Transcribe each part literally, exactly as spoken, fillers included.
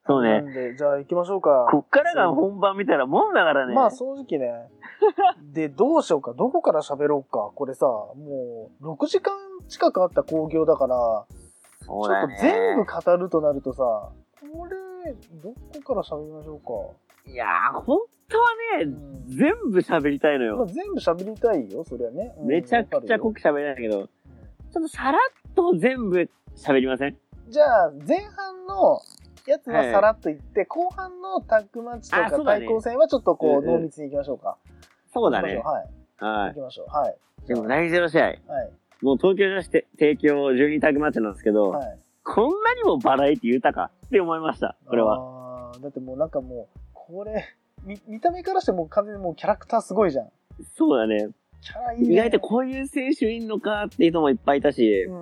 そうね。 なんで、じゃあ行きましょうか。 こっからが本番みたいなもんだからね。 まあ正直ね。で、どうしようか。どこから喋ろうか。これさ、もう、ろくじかん近くあった興行だから、 そうだね、 ちょっと全部語るとなるとさ、これ、どこから喋りましょうか。 いやー、ほんとはね、うん、全部喋りたいのよ。 まあ、全部喋りたいよ、そりゃね。 うん、めちゃくちゃ濃く喋りたいんだけど、うん、ちょっとさらっと全部喋りません？ じゃあ、前半のやつはさらっといって、はい、後半のタッグマッチとか対抗戦はちょっとこう、濃密に行きましょうか。 そうだね。 はい。はい。行きましょう。はい。 でも、だいゼロ試合。はい。もう東京女子提供じゅうにタッグマッチなんですけど、はい、こんなにもバラエティ豊かって思いました、これは。 ああ、だってもうなんかもう、これ、見、見た目からしてもう完全にもうキャラクターすごいじゃん。 そうだね。 キャラいいね。 意外とこういう選手いんのかっていう人もいっぱいいたし、うん、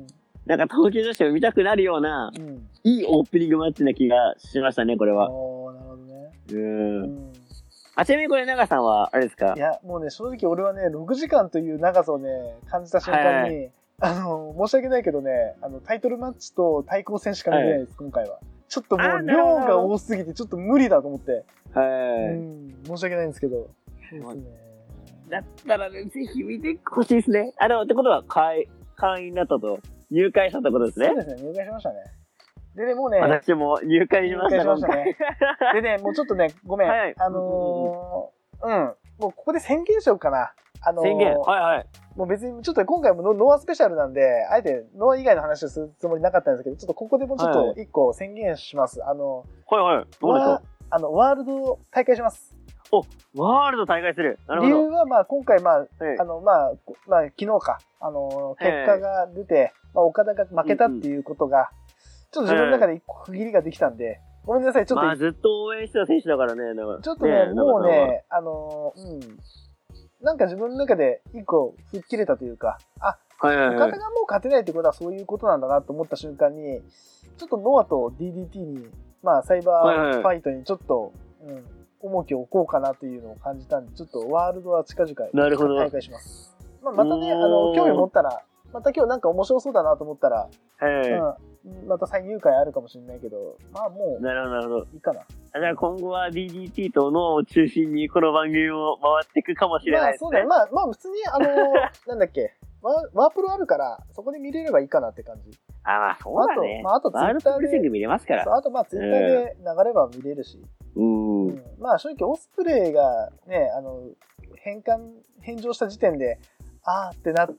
なんか東京女子を見たくなるような、うん、いいオープニングマッチな気がしましたね、これは。 おー、なるほどね。 うん。うんあ、ちなみにこれ、長さんは、あれですか？ いや、もうね、正直俺はね、ろくじかんという長さをね、感じた瞬間に、はいはい、あの、申し訳ないけどね、あの、タイトルマッチと対抗戦しか見てないです、はい、今回は。ちょっともう、量が多すぎて、ちょっと無理だと思って。はい。うん、申し訳ないんですけど。そうですね。 だったらね、ぜひ見てほしいですね。あの、ってことは、会、会員だったと、入会したってことですね。 そうですね、入会しましたね。でね、もうね。 私も入会しました、 入会しましたね。でね、もうちょっとね、ごめん。はい、あのー、うん、もうここで宣言しようかな。あのー、 宣言はいはい。 もう別にちょっと今回もノノアスペシャルなんで、あえてノア以外の話をするつもりなかったんですけど、ちょっとここでもちょっと一個宣言します。はい、あのー、はいはい。どうでしょう？ あの、ワールド大会します。 お、ワールド大会する。なるほど。 理由はまあ今回まあ、はい、あの、まあ、まあ昨日か、あのー、結果が出て、はい、まあ岡田が負けたっていうことが、うんうんちょっと自分の中で一個区切りができたんで、ごめんなさい、ちょっと。 まあずっと応援してた選手だからね、だからちょっとね、ねもうね、あのー、うん。なんか自分の中で一個吹っ切れたというか、あ、はいはいはい、岡田がもう勝てないってことはそういうことなんだなと思った瞬間に、ちょっとノアと ディーディーティー に、まあサイバーファイトにちょっと、はいはい、うん、重きを置こうかなというのを感じたんで、ちょっとワールドは近々大会します。まあ、またね、あの、興味持ったら、また今日なんか面白そうだなと思ったら、はい、うん、また再入会あるかもしれないけど、まあもう、 なるほど、なるほど。 いいかな。 じゃあ今後は ディーディーティー とノアを中心にこの番組を回っていくかもしれないですね。 まあそうだね。まあ、まあ普通に、あのー、なんだっけ、ワー、ワープロあるから、そこで見れればいいかなって感じ。 あ、まあそうだね。 あと、まああとツイッターで。ワールドプレゼング見れますから。 あとまあツイッターで流れば見れるし。うん。うん、まあ正直オスプレイがね、あの、返還、返上した時点で、あーってなって、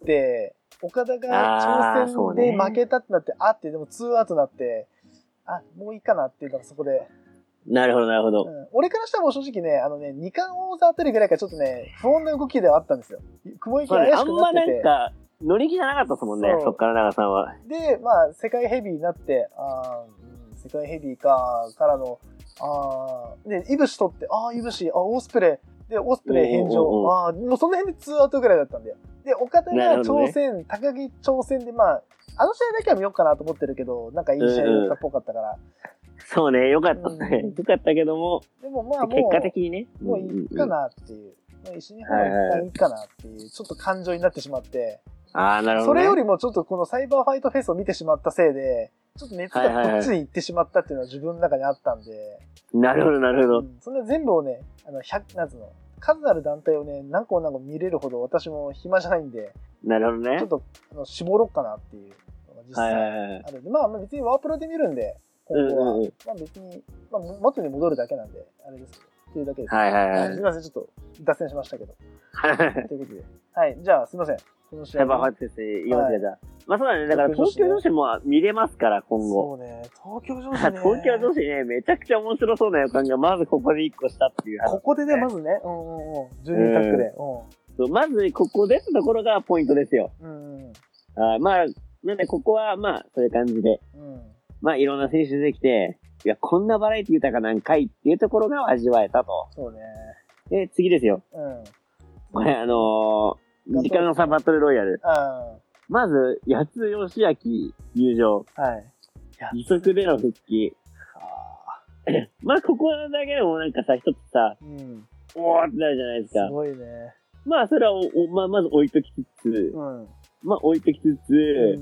岡田が挑戦で負けたってなって、あ, ね、あってでもツーアウトになって、あ、もういいかなっていうのがそこで。 なるほど、なるほど、 うん。俺からしたらもう正直ね、あのね、二冠王座あたりぐらいからちょっとね、不穏な動きではあったんですよ。雲行き怪しくなってて。あんまなんか、乗り気じゃなかったですもんね、そ, そっから長さんは。 で、まあ、世界ヘビーになって、あうん、世界ヘビーか、からの、あで、イブシ取って、ああ、イブシ、あ、オースプレイ。で、オスプレイ返上。ああ、もうその辺でツーアウトぐらいだったんだよ。で、岡田が挑戦、ね、高木挑戦で、まあ、あの試合だけは見ようかなと思ってるけど、なんかいい試合だったっぽかったから。うん、 そうね、よかったね。よかったけども、 でもまあもう、 結果的にね。 もういいかなっていう。まあ、石日本は一旦いいかなっていう、ちょっと感情になってしまって。 ああ、なるほど、ね。 それよりもちょっとこのサイバーファイトフェスを見てしまったせいで、ちょっと熱がこっちに行ってしまったっていうのは自分の中にあったんで。 なるほど、なるほど。うん、 そんな全部をね、あの、ひゃく、なんつうの、数ある団体をね、何個も何個も見れるほど私も暇じゃないんで、 なるほどね。 ちょっとあの絞ろうかなっていうのが実際あるんで、まあ別にワープロで見るんで、今後は、うんうんうん、まあ別に、まあ元に戻るだけなんで、あれですけど、っていうだけです。 はいはいはい。 すみません、ちょっと脱線しましたけど。ということで。はい、じゃあすみません。 この試合。サイバーファイト先生、言いますか、じゃあ。まあそうだね。だから東京女子も見れますから、今後。 そうね。東京女子ね。 東京女子ね、めちゃくちゃ面白そうな予感が、まずここでいっこしたっていう話、 ね。ここでね、まずね。うんうんうん。じゅうにタックで。うん。 そう、まずここでってところがポイントですよ。 うんうん。 あまあ、なんでここは、まあ、そういう感じで。うん。まあ、いろんな選手出てきて、いや、こんなバラエティ豊かなんかいっていうところが味わえたと。 そうね。 で、次ですよ。 うん。 これ、あのー、時間の差バトルロイヤル。 うん。 まず、八津義明入場。 はい。 義足での復帰。はあ、まあ、ここだけでもなんかさ、一つさ、うん、おーってなるじゃないですか。 すごいね。 まあ、それはお、まあ、まず置いときつつ、うん、まあ、置いときつつ、うん、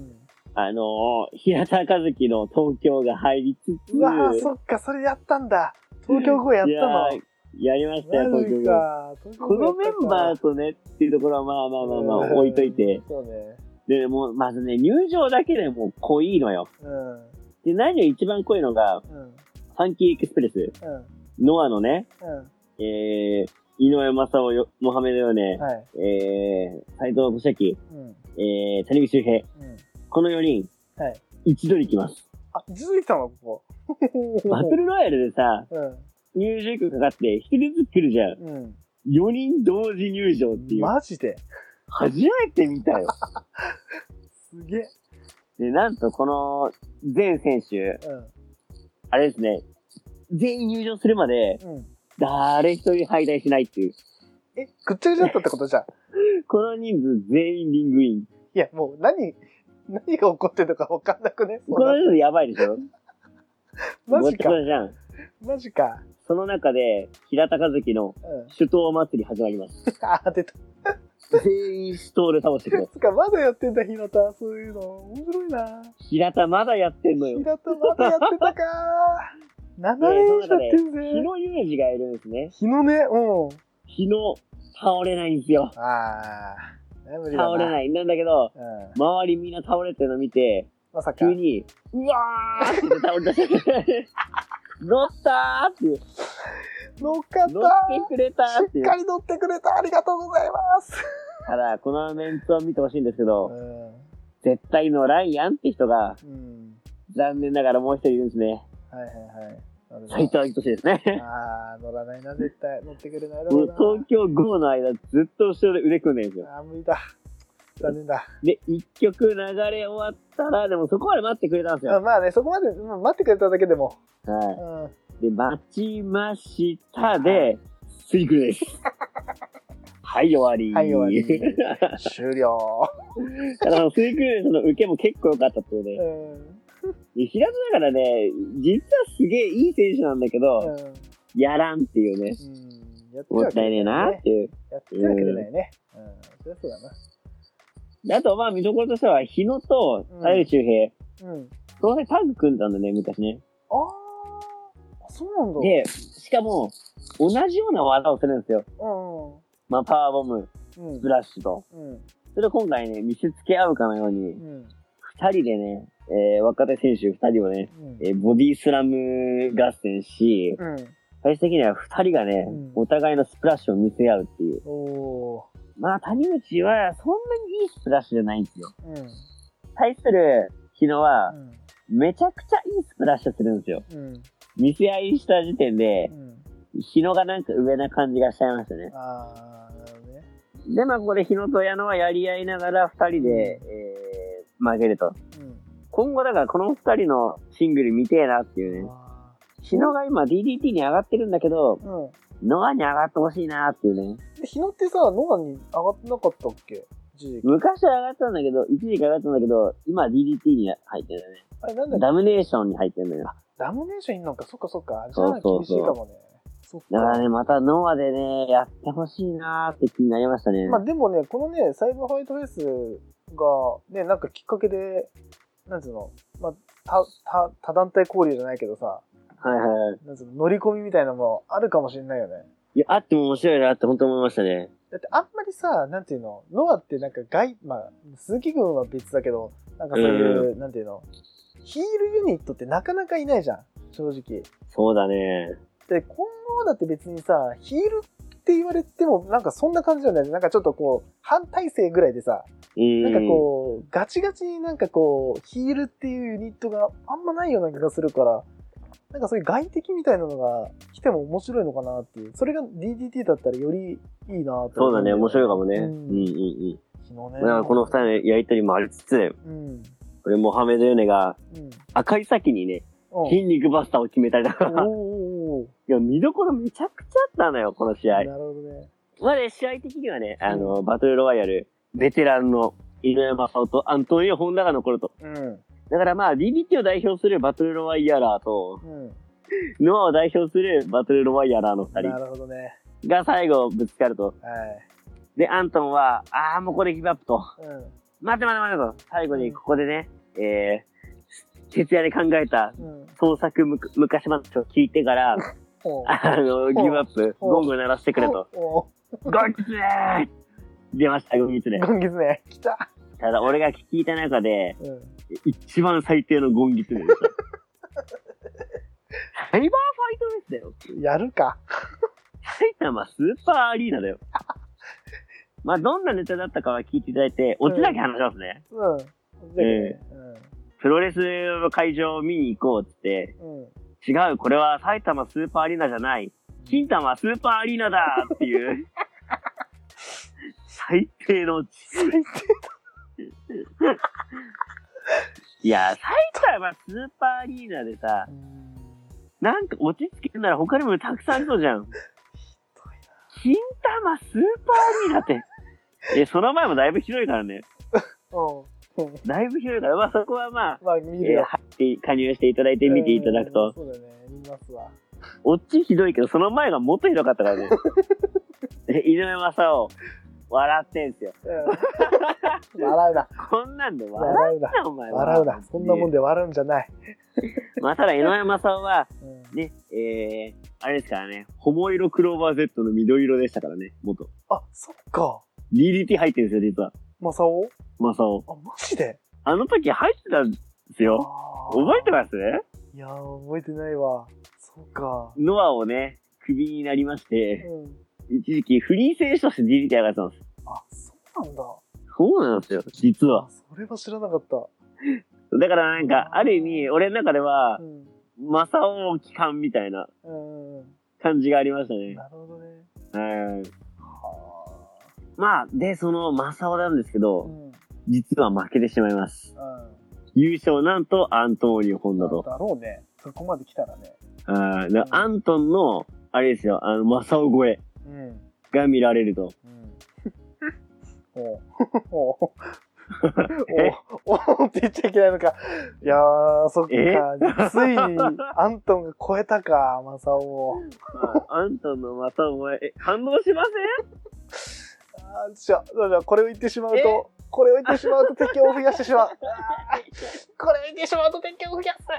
あのー、平田和樹の東京が入りつつ。 うわぁ、そっか、それやったんだ。東京ごやったの。 やりましたよ、東京ご。このメンバーとねっていうところはまあまあまあまあ置いといて。 そうね。 で、もう、まずね、入場だけでもう濃いのよ。うん。で、何より一番濃いのが、うん、ファンキーエクスプレス。うん。ノアのね、うん。えー、井上正雄、モハメドヨネ、はい、えー、斎藤俊明、うん、えー、谷口周平、うん。このよにん、はい。一度に来ます。 あ、一度に来たのここ。 バトルロイヤルでさ、うん。入場曲かかって一人ずつ来るじゃん。うん。よにん同時入場っていう。 マジで初めて見たよ。 すげえ。 で、なんとこの全選手、うん、あれですね、全員入場するまで、うん、誰一人敗退しないっていう。 え、ぐっちゃぐちゃだったってことじゃん。 この人数全員リングイン。 いや、もう何、何が起こってるのか分かんなくね。 この人数やばいでしょ。 マジか。 じゃん。 マジか。 その中で、平田和樹の首頭祭り始まります。 うん、あ、出た。 全員ストール倒してくる。 つか、まだやってんだ、平田。そういうの。面白いな。 平田まだやってんのよ。 平田まだやってたかー。ななねん以上やってんぜ。 日野裕二がいるんですね。 日野ね、うん。 日野、倒れないんですよ。 あー。倒れない。なんだけど、うん、周りみんな倒れてるの見て、 まさか急に、うわーって倒れ出して、乗ったーっていう。 乗っかったー。 乗ってくれたーっていう。 しっかり乗ってくれた。ありがとうございます。 ただ、このメンツを見てほしいんですけど、うん、絶対乗らんやんって人が、うん、残念ながらもう一人いるんですね。 はいはいはい。 斉藤明俊ですね。 ああ、乗らないな、絶対。乗ってくれないだろうな。 東京ごの間、ずっと後ろで腕組んでるんですよ。 ああ、無理だ。残念だ。 で、一曲流れ終わったら、でもそこまで待ってくれたんですよ。 まあね、そこまで、うん、待ってくれただけでも。 はい。うん、で、待ちましたで、スイクルです。はい、終わり。 はい、終わり。終了。 だから、スイクルの受けも結構良かったってことで。うんで平田だからね、実はすげえいい選手なんだけど、うん、やらんっていうね。うん、やってもったいねえなっていう。 やってるわけじゃないね。うん、そりゃそうだな。 であと、まあ見どころとしては、日野と谷口周平。うん。その辺タッグ組んだんだね、昔ね。 ああ、そうなんだ。 で、しかも、同じような技をするんですよ。うん。まあ、パワーボム、うん、スプラッシュと。うん。それを今回ね、見せつけ合うかのように、うん、二人でね、えー、若手選手二人をね、うん、えー、ボディスラム合戦し、うん、最終的には二人がね、うん、お互いのスプラッシュを見せ合うっていう。おまあ、谷口はそんなにいいスプラッシュじゃないんですよ。うん、対する日野は、うん、めちゃくちゃいいスプラッシュするんですよ。うん、見せ合いした時点で、うん、日野がなんか上な感じがしちゃいましたね。あー、なるほどね。で、まあ、ここで日野と矢野はやり合いながら二人で、えー、負けると。うん今後だからこの二人のシングル見てえなっていうね。日野が今 ディーディーティー に上がってるんだけど、うん、ノアに上がってほしいなっていうね。 日野ってさ、ノアに上がってなかったっけ昔は上がったんだけど、一時期上がったんだけど、今 ディーディーティー に入ってるんだね。あれなんだっけダムネーションに入ってるんだよ。 あ、ダムネーションいんのか、そっかそっか。じゃあ厳しいかもね。 そうそうそう。だからね、またノアでね、やってほしいなーって気になりましたね。 まあでもね、このね、サイバーファイトフェスが、ね、なんかきっかけで、なんつうの、まあ、た、た、他団体交流じゃないけどさ、 はいはい。 なんつうの、乗り込みみたいなのもあるかもしれないよね。 いや、あっても面白いなって本当思いましたね。 だってあんまりさ、なんていうの、ノアってなんか外、まあ、鈴木軍は別だけど、なんかそういう、うん、なんていうの、ヒールユニットってなかなかいないじゃん、正直。 そうだね。 で、今後だって別にさ、ヒールって言われても、なんかそんな感じじゃない。なんかちょっとこう、反体制ぐらいでさ、なんかこう、ガチガチになんかこう、ヒールっていうユニットがあんまないような気がするから、なんかそういう外敵みたいなのが来ても面白いのかなっていう。それが ディーディーティー だったらよりいいなと。 そうだね、面白いかもね。うん、うん、うん。昨日ね。この二人のやりとりもありつつ、うん、これモハメドヨネが、赤い先にね、うん、筋肉バスターを決めたりだから。いや、見どころめちゃくちゃあったのよ、この試合。 なるほどね。 まあね、試合的にはね、あの、うん、バトルロワイヤル、ベテランの井上正雄とアントニオ・ホンダが残ると。うん、だからまあ、ディーディーティー を代表するバトルロワイヤラーと、うん、ノアを代表するバトルロワイヤラーの二人。 なるほどね。 が最後ぶつかると。はい。で、アントンは、ああ、もうこれギブアップと。うん。待て待て待てと。最後にここでね、 えー、徹夜で考えた創作む昔話を聞いてから、あの、ギブアップ、ゴング鳴らしてくれと。ゴンギツネ出ました、ゴンギツネ。 ゴンギツネ、来た。 ただ、俺が聞いた中で、うん、一番最低のゴンギツネでした。サイバーファイトレースだよ。 やるか。 埼玉スーパーアリーナだよ。まあ、どんなネタだったかは聞いていただいて、オチだけ話しますね。うん。うん。プロレスの会場を見に行こうって、うん、違う、これは埼玉スーパーアリーナじゃない。金玉スーパーアリーナだっていう。最低のオチ。最低だ。いや、埼玉スーパーアリーナでさ、なんか落ち着けるなら他にもたくさんありそうじゃん。金玉スーパーアリーナって。え、その前もだいぶ広いからね。だいぶ広いから、まあそこはまあ、まあ見るよ、えー、入って加入していただいて見ていただくと。そうだね、見ますわ。オチひどいけど、その前がもっとひどかったからね。井上正雄、笑ってんすよ。 うん、笑うな。 こんなんで笑うな、お前は。 笑うな。そんなもんで笑うんじゃない。 まあ、ただ井上正雄は、ね、うん、えー、あれですからね、ホモ色クローバー Z の緑色でしたからね、元。 あ、そっか。 ディーディーティー 入ってるんですよ、実は。 正雄正雄。 あ、マジであの時入ってたんですよ。覚えてます？ いやー、覚えてないわ。そうか。 ノアをね、クビになりまして、うん、一時期フリー選手として ディーディーティー 上がってたんです。 あ、そうなんだ。 そうなんですよ、実は。 それは知らなかった。 だからなんか、ある意味、俺の中では、うん、正雄期間みたいな感じがありましたね。 なるほどね。 はい。まあ、で、その正雄なんですけど、うん、実は負けてしまいます。うん、優勝なんとアントニオ・ホンダと。 だろうね。そこまで来たらね。 あうん、アントンの、あれですよ、あの、正雄超えが見られると。うん、おおおおって言っちゃいけないのか。いやー、そっか。ついにアントンが超えたか、正雄を。 アントンの正雄超え、え、感動しません？ あじゃあ、じゃあこれを言ってしまうと、これを言ってしまうと敵を増やしてしまう。これを言ってしまうと敵を増やす。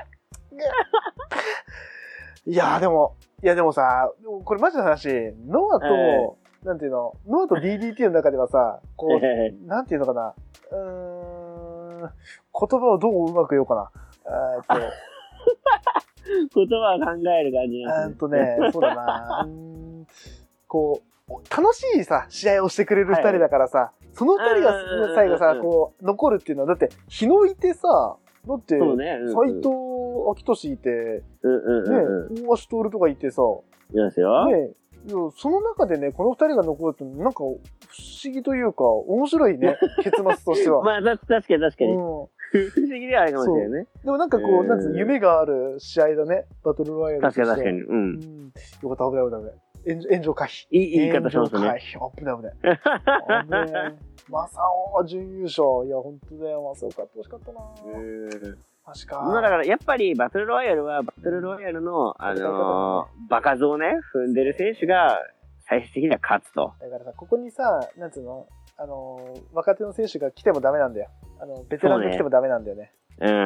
いやーでも、いやでもさ、これマジの話、ノアと、えー、なんていうの、ノアと ディーディーティー の中ではさ、こう、えー、なんていうのかな、うーん、言葉をどううまく言おうかな。えーっと言葉を考える感じなんですね。えーっとね、そうだな。うんこう、楽しいさ、試合をしてくれる二人だからさ、はい、その二人が最後さ、こう、残るっていうのは、だって、日野いてさ、だって、斎、ねうんうん、藤明俊いて、ね、大橋徹とかいてさ、 いますよ。 ね、その中でね、この二人が残るって、なんか、不思議というか、面白いね、結末としては。 まあ、確かに確かに。うん、不思議ではあるかもしれないね。 でもなんかこう、えー、なんつう夢がある試合だね、バトルロワイヤルとして。 確かに確かに。うん。 うん、よかった、危ない危ない危ない。炎上回避。 いい言い方しますね。 炎上回避。危ない危ない。危ない。正雄は準優勝。いや、ほんとだよ。正雄勝ってほしかったなぁ。確か。 まあだから、やっぱりバトルロワイヤルは、バトルロワイヤルの、あのー、場数をね、踏んでる選手が、最終的には勝つと。 だからさ、ここにさ、なんつうの、あのー、若手の選手が来てもダメなんだよ。あの、ベテランが来てもダメなんだよね。うねうん。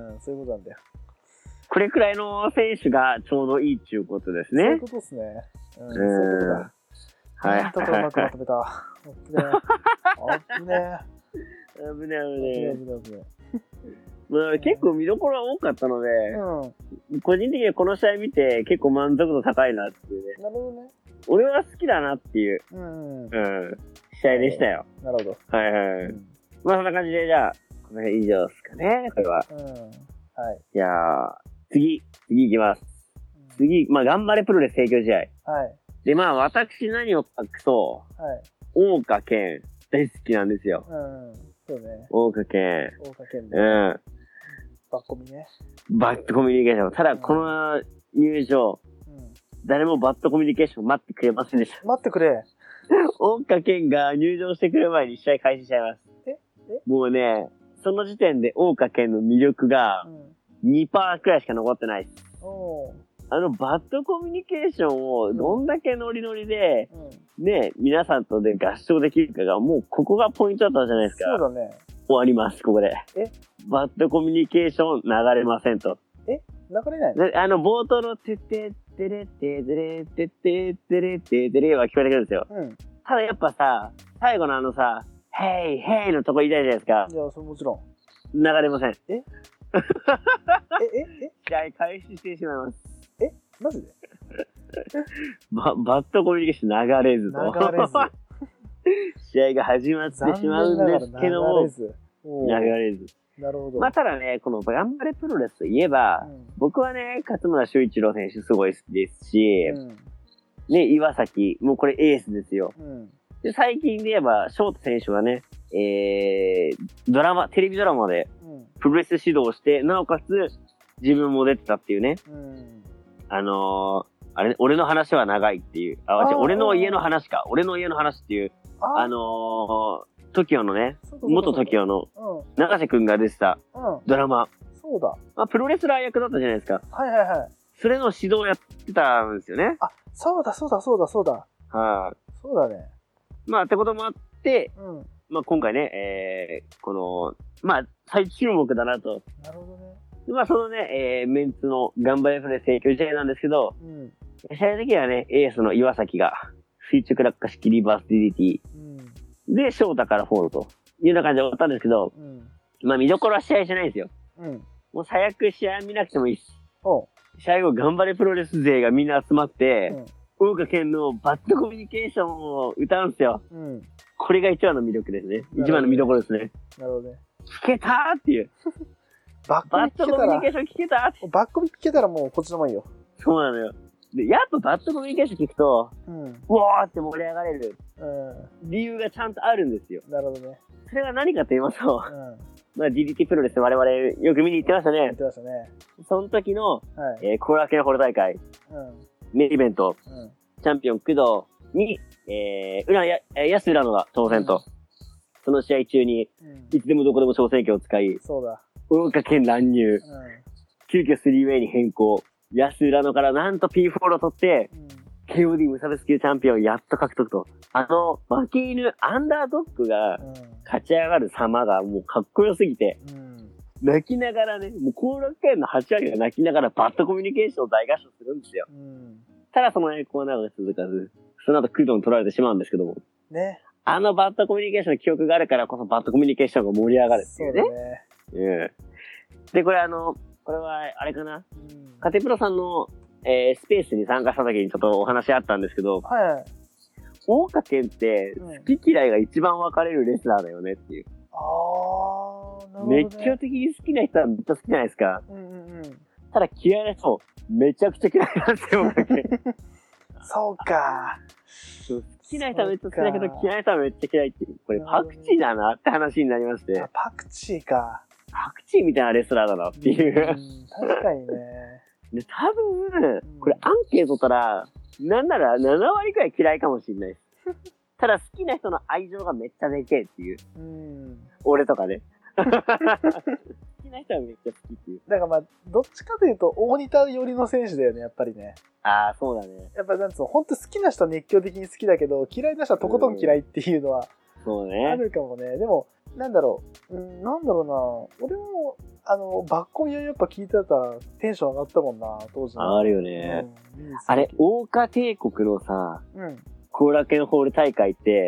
うん、そういうことなんだよ。 これくらいの選手がちょうどいいっていうことですね。そういうことですね。うん、そういうことだ。はい。なんとかうまくまとめた。あぶねえ。あぶねえ。あぶねえ、あぶねえ。あぶねえ、あぶねえ。まあ、結構見どころが多かったので、うん、個人的にはこの試合見て結構満足度高いなっていうね。 なるほどね。 俺は好きだなっていう、うん、うん、試合でしたよ。 なるほど。 はいはい。うん、まあそんな感じで、じゃあ、この辺以上ですかね、これは。うん。はい。じゃあ、次、次行きます。次、まあ、頑張れプロレス提供試合。はい。で、まあ、私何を隠そう。はい。大岡健、大好きなんですよ。うん。そうね。大岡健。大岡健ね。うん。バッコミね。バットコミュニケーション。ただ、この入場、うん、誰もバットコミュニケーション待ってくれませんでした。 待ってくれ。 大岡健が入場してくる前に試合開始しちゃいます。ええもうね、その時点で大岡健の魅力が、にパーセント くらいしか残ってないです。おあのバットコミュニケーションをどんだけノリノリで、うん、ね、皆さんとで合唱できるかがもうここがポイントだったじゃないですか。 そうだね。 終わります、ここで。 え、 バッドコミュニケーション流れませんと。 え流れないの？ であの、冒頭のてってってれっててれってってってれっててれは聞こえてくるんですよ。うん。ただやっぱさ、最後のあのさ、ヘイヘイのとこ言いたいじゃないですか。 いや、それもちろん。流れません。ええええ試合開始してしまいます。 えマジでババッドコミュニケーション流れずと。流れず。試合が始まってしまうんですけども、流れず。流れず。 なるほど。 まあ、ただね、この頑張れプロレスといえば、うん、僕はね、勝村修一郎選手すごい好きですし、うん、ね、岩崎、もうこれエースですよ。うん、で、最近で言えば、翔太選手はね、えー、ドラマ、テレビドラマで、プロレス指導して、なおかつ、自分も出てたっていうね、うん、あのー、あれ、俺の話は長いっていう、あ、あ俺の家の話か、俺の家の話っていう、あ、あのー、トキオのね、元トキオの永瀬くんが出てたドラマ。うん、 そうだ。 まあ、プロレスラー役だったじゃないですか。 はいはいはい。 それの指導やってたんですよね。 あ、そうだそうだそうだそうだ。はい、 あ、 そうだね。 まあ、ってこともあって、うん、まあ今回ね、えー、この、まあ、最注目だなと。 なるほどね。 まあそのね、えー、メンツの頑張れプレス提供試合なんですけど、うん、試合的にはね、エースの岩崎が、垂直落下式リバース ディーディーティー、うん、で、翔太からフォールというような感じで終わったんですけど、うん、まあ見どころは試合じゃないんですよ。うん、もう最悪試合見なくてもいいし、試合後頑張れプロレス勢がみんな集まって、うん、大岡健のバッドコミュニケーションを歌うんですよ。うん、これが一番の魅力ですね。一番の見どころですね。 なるほどね。 聞けたーっていう。 バッドコミュニケーション聞けたーバッコミ聞けたらもうこっちのもんよ。 そうなのよ。で、やっぱバッドコミュニケーション聞くと、うん、うわーって盛り上がれる、うん、理由がちゃんとあるんですよ。 なるほどね。 それは何かと言いますと、うん、まあ ディーディーティー プロレス我々よく見に行ってましたね。 行ってましたね。 その時の、はい、えー、後楽園ホール大会、うん、メインイベント、うん、チャンピオン工藤に、えー、浦や、安浦野が挑戦と、うん、その試合中に、うん、いつでもどこでも挑戦権を使い、 そうだ。 大岡県乱入、うん、急遽スリーウェイに変更、安浦野からなんと ピーフォー を取って、うん、ケーオーディー 無差別級チャンピオンをやっと獲得と。あの、負け犬アンダードッグが勝ち上がる様がもうかっこよすぎて、うん、泣きながらね、もう後楽園のはち割が泣きながらバッドコミュニケーションを大合唱するんですよ。うん、ただその栄光などが続かず、その後クードン取られてしまうんですけども。ね。あのバッドコミュニケーションの記憶があるからこそバッドコミュニケーションが盛り上がるっていうね。そうだね。うん。で、これあの、これはあれかな、うん、カテプロさんの、えー、スペースに参加した時にちょっとお話あったんですけど、はい。大岡健って好き嫌いが一番分かれるレスラーだよねっていう。あー、なるほどね。熱狂的に好きな人はめっちゃ好きじゃないですか。うんうんうん。ただ嫌いな人、めちゃくちゃ嫌いなんですよ、大岡健。 そうか。 好きな人はめっちゃ好きだけど、嫌いな人はめっちゃ嫌いっていう。これパクチーだなって話になりまして。 あ、パクチーか。 パクチーみたいなレスラーだなっていう。うん、 確かにね。 で、多分、これアンケート取ったら、なんならなな割くらい嫌いかもしれないです。ただ好きな人の愛情がめっちゃでけえっていう。うん、俺とかね。好きな人はめっちゃ好きっていう。 だからまあ、どっちかというと大仁田寄りの選手だよね、やっぱりね。 ああ、そうだね。 やっぱなんつうの、ほんと好きな人は熱狂的に好きだけど、嫌いな人はとことん嫌いっていうのは、 そうね。 あるかもね。でも、なんだろう、うん、なんだろうな、俺も、あの、バッコミをやっぱ聞いてたらテンション上がったもんな、当時の。 上がるよね。うん、あれ、大岡帝国のさ、うん、後楽園ホール大会って、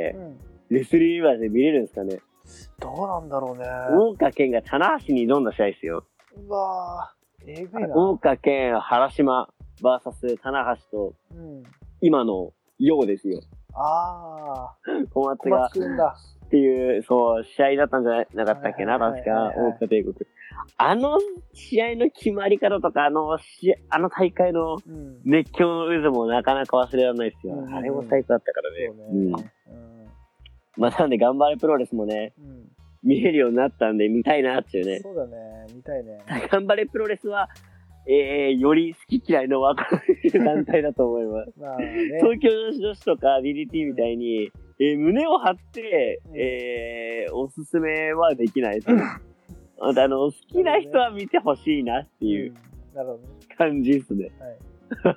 うん、レスリーユニバースで見れるんですかね。 どうなんだろうね。 大岡健が棚橋に挑んだ試合ですよ。 うわぁ、えぐいな。 大岡健、原島、バーサス、棚橋と、うん、今の陽ですよ。 ああ。小松が。小松くんだ。っていう、そう、試合だったんじゃなかったっけな、確か、大岡帝国。あの試合の決まり方とか、あのし、あの大会の熱狂の渦もなかなか忘れられないですよ。うん、あれも最高だったからね。そうね。うん。うん、まあ、なんで、頑張れプロレスもね、うん、見れるようになったんで、見たいなっていうね。 そうだね、見たいね。 頑張れプロレスは、えー、より好き嫌いの分かれる団体だと思います。まあね、東京女子女子とか ディーディーティー みたいに、えー、胸を張って、うん、えー、おすすめはできない。あの、好きな人は見てほしいなっていう感じですね。はい、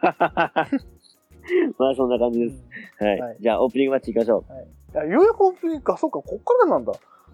まあそんな感じです。うん、はい、はい。じゃあオープニングマッチ行きましょう。 はい、いやようやくオープニングか、そうか、こっからなんだ。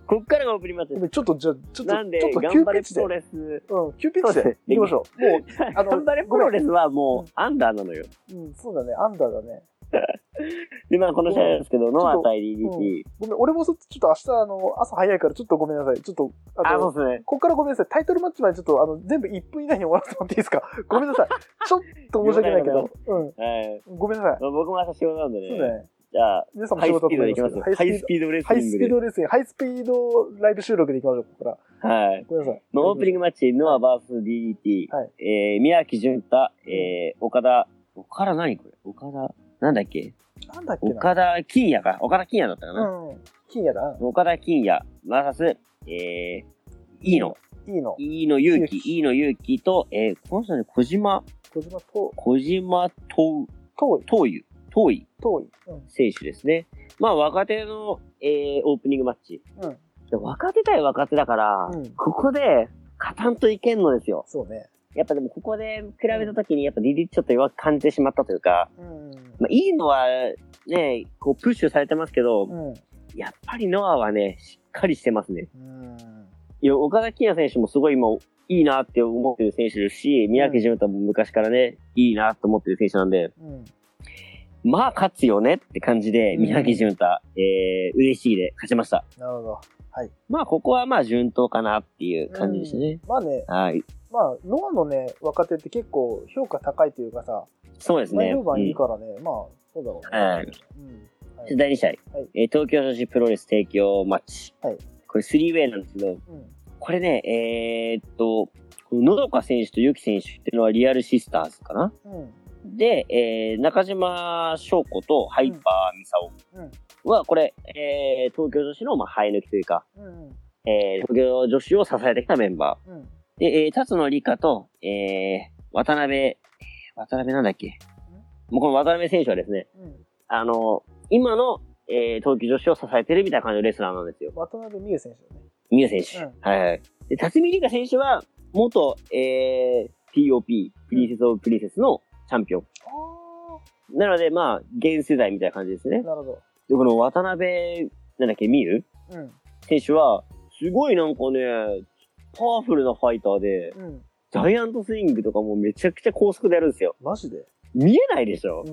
こっからがオープニングマッチです。 ちょっと、じゃあ、ちょっと、 なんで、 ちょっと頑張れプロレス。 うん、急ピッチで行きましょう。もう、 あの、頑張れプロレスはもう、アンダーなのよ。 うん、そうだね、アンダーだね。 で、まあ、この試合ですけど、ノア対 ディーディーティー。 ごめん、俺もちょっと明日、あの、朝早いから、ちょっとごめんなさい。ちょっと、 あ、そうですね。 こっからごめんなさい。タイトルマッチまでちょっと、あの、全部いっぷん以内に終わらせてもらっていいですか？ごめんなさい。ちょっと申し訳ないけど。うん。はい。ごめんなさい。 僕も明日仕事なんでね。 そうね。 じゃあ、 皆さんも仕事だと思います。 ハイスピードレスリング。 ハイスピードレスリング。ハイスピードライブ収録でいきましょう、ここから。 はい。 ごめんなさい。 まあ、オープニングマッチ、ノア ブイエスディーディーティー。はい。えー、宮城潤太、えー、岡田、岡田何これ岡田、なんだっけなんだっけ岡田金也か。岡田金也だったかな。 うん。金也だ。 岡田金也、バーサス、えー、いいの。 いいの。 いいの勇気、いいの勇気と、えー、この人ね、小島、 小島と、 小島と、 と、 とゆ、とい、 とい、 選手ですね。まあ、若手の、えー、オープニングマッチ。うん。若手対若手だから、うん、ここで、勝たんといけんのですよ。 そうね。 やっぱでもここで比べたときにやっぱ ディーディー ちょっと弱く感じてしまったというか、うん、まあいいのはね、こうプッシュされてますけど、うん、やっぱりノアはね、しっかりしてますね。うん、いや、岡田金也選手もすごい今いいなって思ってる選手ですし、宮城潤太も昔からね、いいなと思ってる選手なんで、うん、まあ勝つよねって感じで、宮城潤太、えー、嬉しいで勝ちました。 なるほど。はい。 まあここはまあ順当かなっていう感じですね。 うん、まあね。 はい。 まあ、ノアのね、若手って結構評価高いというかさ、 そうですね。 評判いいからね、うん、まあ、そうだろうね。はい。 うんはい、だいに試合、はいえー、東京女子プロレス提供マッチ。はい。これスリーウェイなんですけど、うん、これね、えー、っと、のどか選手とゆき選手っていうのはリアルシスターズかな。うん、で、えー、中島翔子とハイパーミサオは、これ、えー、東京女子のまあ生え抜きというか、うん、えー、東京女子を支えてきたメンバー。うんで、えー、辰野理香と、えー、渡辺、渡辺なんだっけもうこの渡辺選手はですね、うん、あの、今の、えー、冬季女子を支えてるみたいな感じのレスラーなんですよ。 渡辺美優選手だね。 美優選手、うん。はいはい。で、辰巳理香選手は、元、えー、ピーオーピー、プリンセスオブプリンセスのチャンピオン。うん、なので、まあ、現世代みたいな感じですね。 なるほど。 で、この渡辺、なんだっけ、美優、うん、選手は、すごいなんかね、パワフルなファイターで、うん、ジャイアントスイングとかもめちゃくちゃ高速でやるんですよ。 マジで見えないでしょ、うん、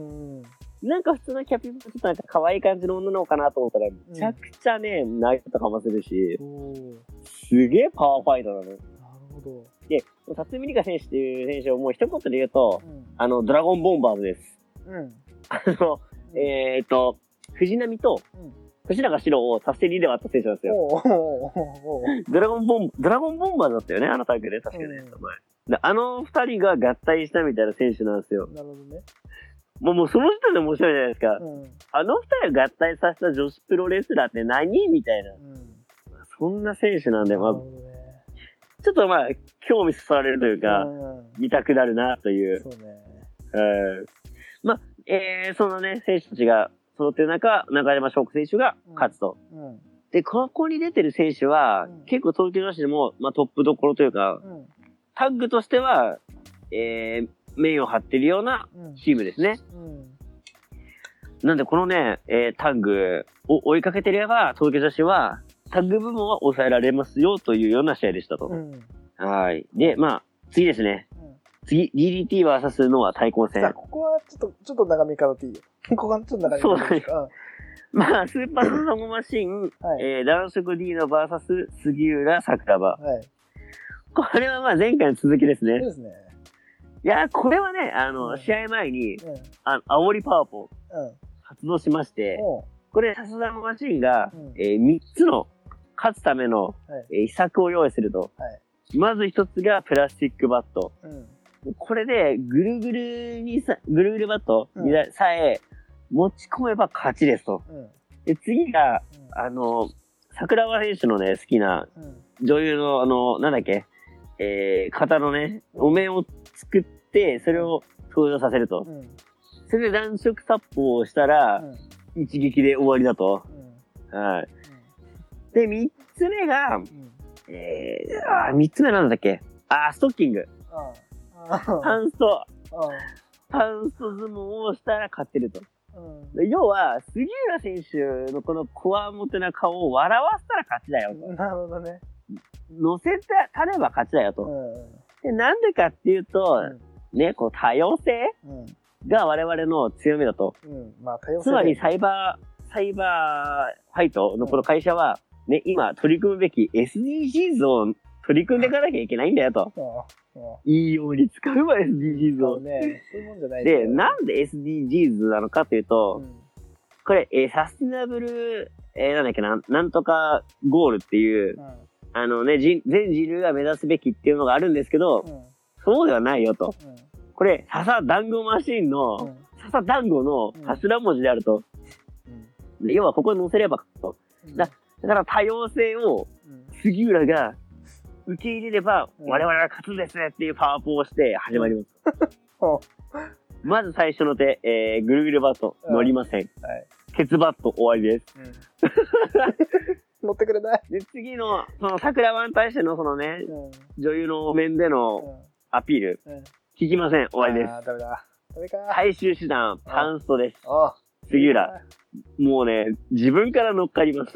なんか普通のキャピもちょっとなんか可愛い感じの女の子かなと思ったら、めちゃくちゃね、ナイフとかませるし、すげえパワーファイターなの。なるほど。で、辰巳理香選手っていう選手をもう一言で言うと、うん、あの、ドラゴンボンバーズです。うん、あの、うん、えーっと、藤波と、うん藤永史郎を達成リレーあった選手なんですよ。ドラゴンボン、ドラゴンボンバーだったよね、あのタイプで、確かね。うん、あの二人が合体したみたいな選手なんですよ。 なるほどね。 もう、もうその時点で面白いじゃないですか。うん、あの二人を合体させた女子プロレスラーって何みたいな、うん。そんな選手なんで、まあ、ね、ちょっとまあ、興味そそられるというか、うん、見たくなるなという。そうね。うん。まあ、えー、そのね、選手たちが、揃ってる中、中山翔子選手が勝つと。うんうん、で、ここに出てる選手は、うん、結構東京女子でも、まあ、トップどころというか、うん、タッグとしては、えー、面を張ってるようなチームですね。うんうん、なんで、このね、えー、タッグを追いかけてれば、東京女子は、タッグ部門は抑えられますよというような試合でしたと。うん、はい。で、まあ、次ですね。次、ディーディーティー ブイエス ノア対抗戦。 ここはちょっと、ちょっと長めからっていいよ。ここはちょっと長めから。そうだね。まあ、スーパースロゴマシン、はい、えー、男色 D の ブイエス 杉浦桜庭。はい。これはまあ前回の続きですね。 そうですね。 いや、これはね、あの、うん、試合前に、うん、あの、煽りパワーポー、発動しまして、うん、これ、サスダムマシンが、うん、えー、みっつの、勝つための、はい、えー、秘策を用意すると。はい、まずひとつがプラスチックバット。うんこれで、ぐるぐるにさ、ぐるぐるバットにさえ持ち込めば勝ちですと。うん、で、次が、うん、あの、桜庭選手のね、好きな、女優の、あの、なんだっけ、えー、型のね、お面を作って、それを登場させると。うん、それで暖色殺法をしたら、うん、一撃で終わりだと。うん、はい。で、三つ目が、うん、えー、あ、三つ目なんだっけあ、ストッキング。パンスト、パンスト相撲をしたら勝ってると。 うん、要は、杉浦選手のこのこわもてな顔を笑わせたら勝ちだよと。 なるほどね。 乗せてたれば勝ちだよと。うん、で、なんでかっていうと、うん、ね、こう多様性、うん、が我々の強みだと。うん、まあ多様性。つまりサイバー、サイバーファイトのこの会社は、うん、ね、今取り組むべき エスディージーズ を取り組んでいかなきゃいけないんだよと。いいように使うわ、エスディージーズ を。ね、そういうもんじゃないで、なんで エスディージーズ なのかというと、うん、これ、えー、サスティナブル、えー、なんだっけな、なんとかゴールっていう、うん、あのね、全人類が目指すべきっていうのがあるんですけど、うん、そうではないよと。うん、これ、笹団子マシーンの、うん、笹団子の頭文字であると。うん、要はここに載せればと。だ、だから多様性を杉浦が受け入れれば我々は勝つですねっていうパワーポをして始まります。うん、まず最初の手、えー、ぐるぐるバット乗りません。はい、ケツバット終わりです。うん、乗ってくれない。で、次の、その桜庭に対してのそのね、うん、女優の面でのアピール、うん、聞きません。終わりです。あー、ダメだ。ダメか。最終手段、パンストです。杉浦。もうね、自分から乗っかります。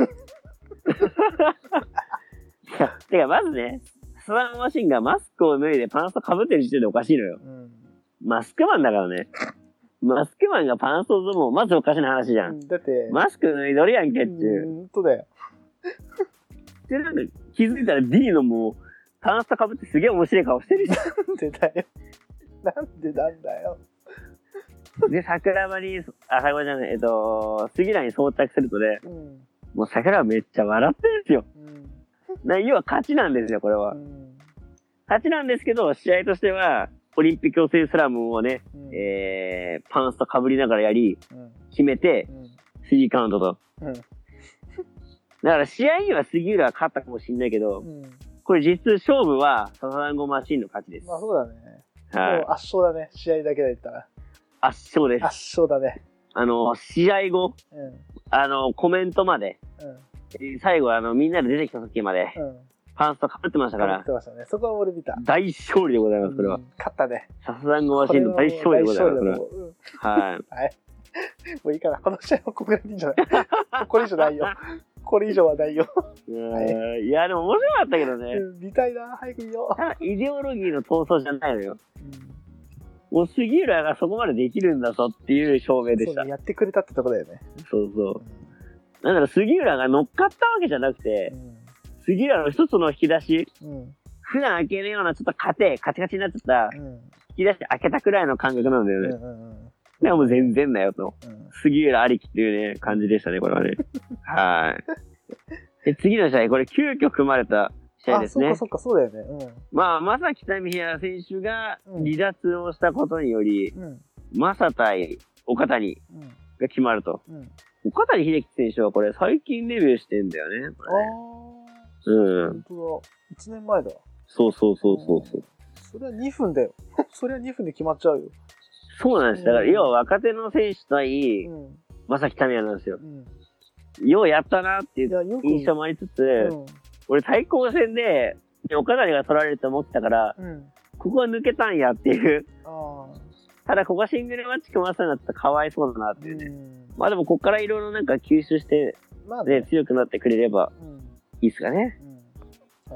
てか、まずね、スワンマシンがマスクを脱いでパンスト被ってる時点でおかしいのよ。うん、マスクマンだからね。マスクマンがパンストズボン、まずおかしな話じゃん。だって、マスク脱いどるやんけっちゅう。ほんとだよ。で、なんか気づいたら D のもう、パンスト被ってすげえ面白い顔してるじゃん。なんでだよ。なんでなんだよ。で、桜庭に、あ、桜庭じゃない、えっと、杉浦に装着するとね、うん、もう桜庭めっちゃ笑ってるんですよ。うん、要は勝ちなんですよ、これは。うん、勝ちなんですけど、試合としては、オリンピック予選スラムをね、うん、えー、パンスト被りながらやり、うん、決めて、スリーカウントと。うん、だから試合には杉浦は勝ったかもしれないけど、うん、これ実勝負は笹団子マシンの勝ちです。まあそうだね。はい。もう圧勝だね、試合だけで言ったら。圧勝です。圧勝だね。あの、試合後、うん、あの、コメントまで、うん、最後あの、みんなで出てきた時まで、うん、パンスト被ってましたから。被ってましたね。そこは俺見た。大勝利でございます、これは。うん、勝ったね。笹団子マシンの大勝利でございます、これは。うん、はい。はい。もういいから、この試合はここでいいんじゃないこれ以上ないよ。これ以上はないよ。はい、いや、でも面白かったけどね。うん、見たいな、早く見よう。イデオロギーの闘争じゃないのよ。うん、もう杉浦がそこまでできるんだぞっていう証明でした。そう、やってくれたってとこだよね。そうそう。うん、なんだろう、杉浦が乗っかったわけじゃなくて、うん、杉浦の一つの引き出し、うん、普段開けるようなちょっとカテ、カチカチになっちゃった、うん、引き出して開けたくらいの感覚なんだよね。うんうんうん、でももう全然だよと。うん、杉浦ありきっていうね、感じでしたね、これはね。はい。で、次の試合、これ急遽組まれた試合ですね。あ、そっかそっか、そうだよね。うん。まあ、まさきたみひや選手が離脱をしたことにより、うん、マサ対岡谷が決まると。うん、岡谷秀樹選手はこれ最近デビューしてんだよね。これね、あー。うん。本当だ。いちねんまえだ。そうそうそうそうそう。それはにふんだよ。それはにふんで決まっちゃうよ。そうなんです。だから、要は若手の選手対、うん、正木民也なんですよ。うん、ようやったなっていう印象もありつつ、うん、俺対抗戦で、岡谷が取られると思ってたから、うん、ここは抜けたんやっていう。あ、ただ、ここはシングルマッチ組ませたんだったらかわいそうだなっていうね。うん、まあでも、こっからいろいろなんか吸収して、まあね、強くなってくれればいいっすかね。うん、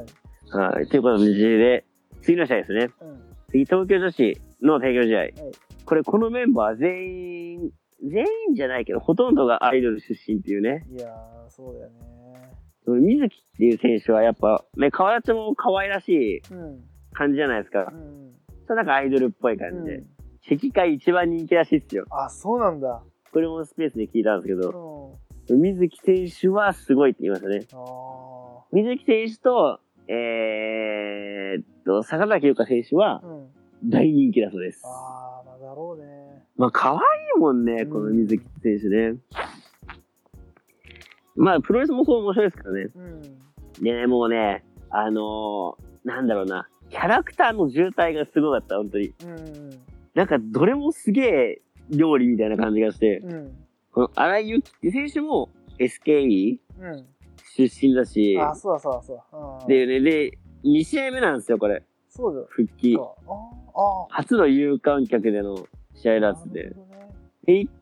はい。はい。ということで、次の試合ですね。うん、次、東京女子の提供試合。はい、これ、このメンバー全員、全員じゃないけど、ほとんどがアイドル出身っていうね。いやー、そうだよね。水木っていう選手はやっぱ、ね、顔立ちも可愛らしい感じじゃないですか。うん。そうなんかアイドルっぽい感じで。チェキ界一番人気らしいっすよ。あ、そうなんだ。これもスペースで聞いたんですけど、うん、水木選手はすごいって言いましたね。あ、水木選手と、えーっと、坂崎優香選手は、大人気だそうです。うん、あー、まあだろうね。まあ、可愛いもんね、この水木選手ね。うん、まあ、プロレスもそう面白いですからね。うん、でね、もうね、あのー、なんだろうな、キャラクターの渋滞がすごかった、本当に。うん、なんか、どれもすげえ料理みたいな感じがして、うん、この荒井由紀って選手も エスケーイー、うん、出身だし、あ、そうだそうだそうだ。で、ね、で、に試合目なんですよ、これ。そうだ。復帰。ああ、初の有観客での試合だっつって。で、いっ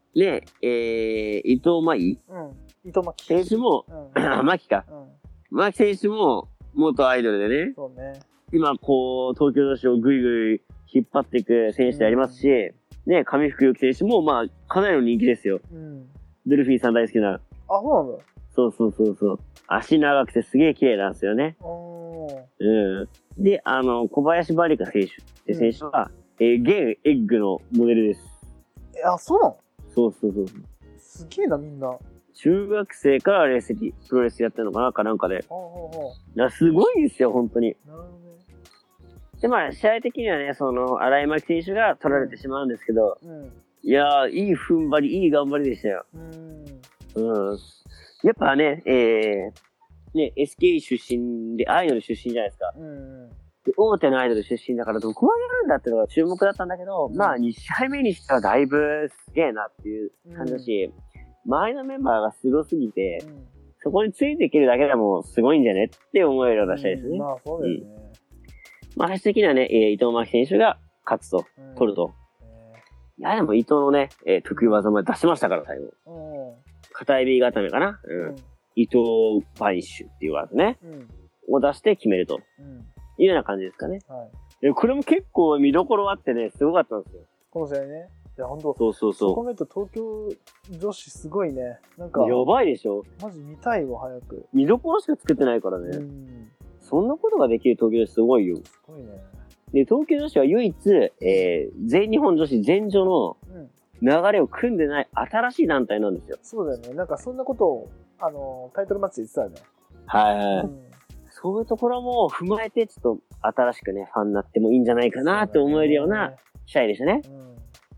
ね、えー、伊藤真希、 うん、伊藤真希選手も、うん、真希か、うん、真希選手も元アイドルでね、 そうね、 今こう東京女子をぐいぐい引っ張っていく選手でありますし、うん、ね、上福幸選手もまあかなりの人気ですよ。うん、ドルフィンさん大好きな。あ、 そうなんだ。 そうそうそうそう。足長くてすげえ綺麗なんですよね。うん。で、あの小林まりか選手って選手は、うん、えー、現エッグのモデルです。 え、あ、そうなの？ そうそうそう。 すげえな、みんな。 中学生からレスリプロレスやってるのかなかなんかで。だすごいんですよ、本当に。なるほどね。で、まあ、試合的にはね、その、荒井真希選手が取られてしまうんですけど、うん、いやー、いい踏ん張り、いい頑張りでしたよ。うん。うん。やっぱね、えー、ね、エスケー 出身で、アイドル出身じゃないですか。うん。で、大手のアイドル出身だからどこまでやるんだっていうのが注目だったんだけど、うん、まあ、に試合目にしてはだいぶすげえなっていう感じだし、うん、周りのメンバーがすごすぎて、うん、そこについていけるだけでもすごいんじゃねって思えるような試合ですね。うん、まあ、そうだよね。うん、まあ、最終的にはね、えー、伊藤真希選手が勝つと、うん、取ると。いや、でも伊藤のね、えー、得意技まで出しましたから、最後。うん、片指固めかな、うんうん、伊藤バイッシュっていう技ね、うん、を出して決めると、うん、いうような感じですかね。はい、でこれも結構見どころあってね、すごかったんですよ。 この試合ね。いや、ほんと。 そうそうそう。 そこ見ると東京女子すごいね。なんか。 やばいでしょ。 マジ見たいわ、早く。 見どころしか作ってないからね。うん、そんなことができる東京女子すごいよ。すごいね。で、東京女子は唯一、えー、全日本女子全女の流れを組んでない新しい団体なんですよ。 そうだよね。なんかそんなことを、あの、タイトルマッチで言ってたよね。 はいはい。うん、そういうところも踏まえて、ちょっと新しくね、ファンになってもいいんじゃないかなと思えるような試合でしたね。うん、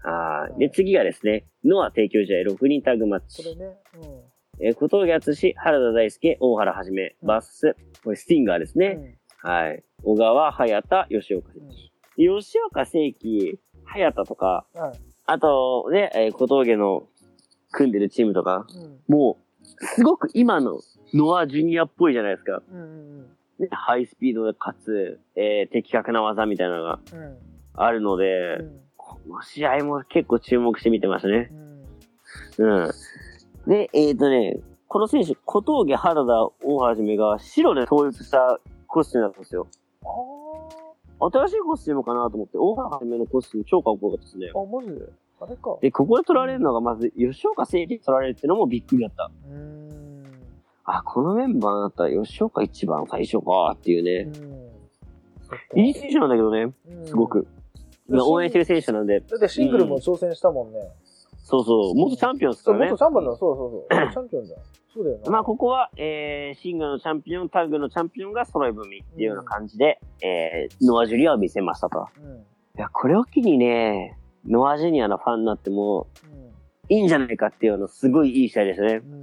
あで、次がですね、ノア提供試合ろくにんタッグマッチ。これね。うん、えー、小峠敦、原田大輔、大原はじめ、バース、これスティンガーですね。うん、はい。小川、早田、吉岡聖輝。うん、吉岡聖輝、早田とか、うん、あとね、えー、小峠の組んでるチームとか、うん、もう、すごく今のノアジュニアっぽいじゃないですか。うんうんうん、ハイスピードでかつ、えー、的確な技みたいなのがあるので、うん、この試合も結構注目して見てましたね。うん。うん、で、えっ、ー、とね、この選手、小峠、原田、大はじめが白で統一したコスチュームだったんですよ。あ新しいコスチュームかなと思って、大原はじめのコスチューム超かっこよかったですね。 あ、マジであれか。 で、ここで取られるのがまず、吉岡聖輝取られるっていうのもびっくりだった。うーんあ、このメンバーだったら吉岡一番最初かっていうね。うんいい選手なんだけどね、すごく。応援してる選手なんで。 だってシングルも挑戦したもんね。うん、 そうそう、元チャンピオンですからね。 元チャンピオンだ、そうそうそう。チャンピオンだ。そうだよな。 まあ、ここは、えー、シングルのチャンピオン、タッグのチャンピオンが揃い踏みっていうような感じで、うん、えー、ノアジュニアを見せましたと。うん、いや、これを機にね、ノアジュニアのファンになっても、いいんじゃないかっていうのすごいいい試合ですね。うん、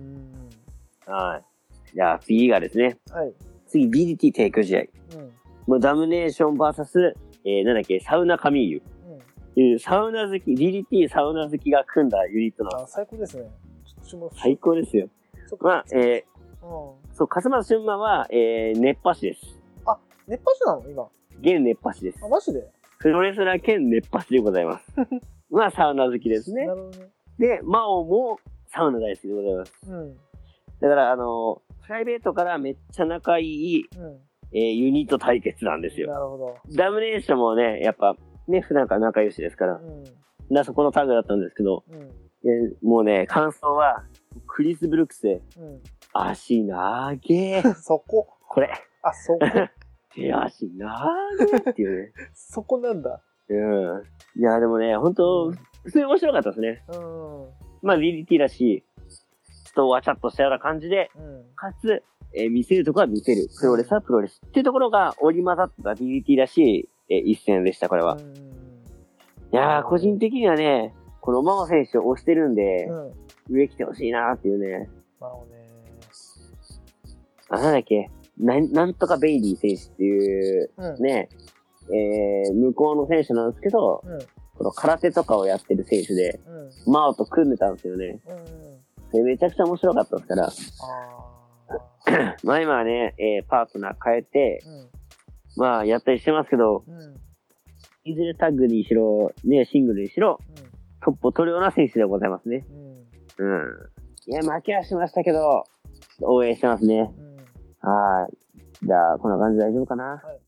はい。じゃあ次がですね。はい。次 ディーディーティー テイク試合。うん。もうダムネーション ブイエス、えー、なんだっけ、サウナカミーユ。うん。サウナ好き、ディーディーティー サウナ好きが組んだユニットなんです。 あ、最高ですね。 最高ですよ。まあ、えー、うん、そう、勝松俊馬は、えー、熱波師です。 あ、熱波師なの今。 現熱波師です。 あ、マジでプロレスラー兼熱波師でございます。まあ、サウナ好きですね。なるほどね。で、マオもサウナ大好きでございます。うん。だから、あの、プライベートからめっちゃ仲いい、うん、えー、ユニット対決なんですよ。なるほど。ダムネーションもね、やっぱ、ね、普段から仲良しですから。うん。だそこのタグだったんですけど、うん、でもうね、感想は、クリス・ブルックスで、うん、足なーげー。 そこ。 これ。 あ、そこ。 手足なーげーっていうね。 そこなんだ。 うん。いや、でもね、ほんと、うん、普通に面白かったですね。うん。まあ、ディーディーティー らしい、ちょっとわちゃっとしたような感じで、うん、かつ、えー、見せるとこは見せる。プロレスはプロレス。っていうところが織り交ざった ディーディーティー らしい、えー、一戦でした、これは。うん、いやー、個人的にはね、このママ選手を推してるんで、うん上来てほしいなーっていうね。まあね。あ、なんだっけな、なんとかベイリー選手っていう、うん、ね、えー、向こうの選手なんですけど、うん、この空手とかをやってる選手で、うん、マオと組んでたんですよね。うん、それめちゃくちゃ面白かったですから。あまあ今はね、えー、パートナー変えて、うん、まあやったりしてますけど、うん、いずれタッグにしろ、ね、シングルにしろ、 トップを取るような選手でございますね。うん。うん。いや、負けはしましたけど、応援してますね。うん、はい。じゃあ、こんな感じで大丈夫かな。はい。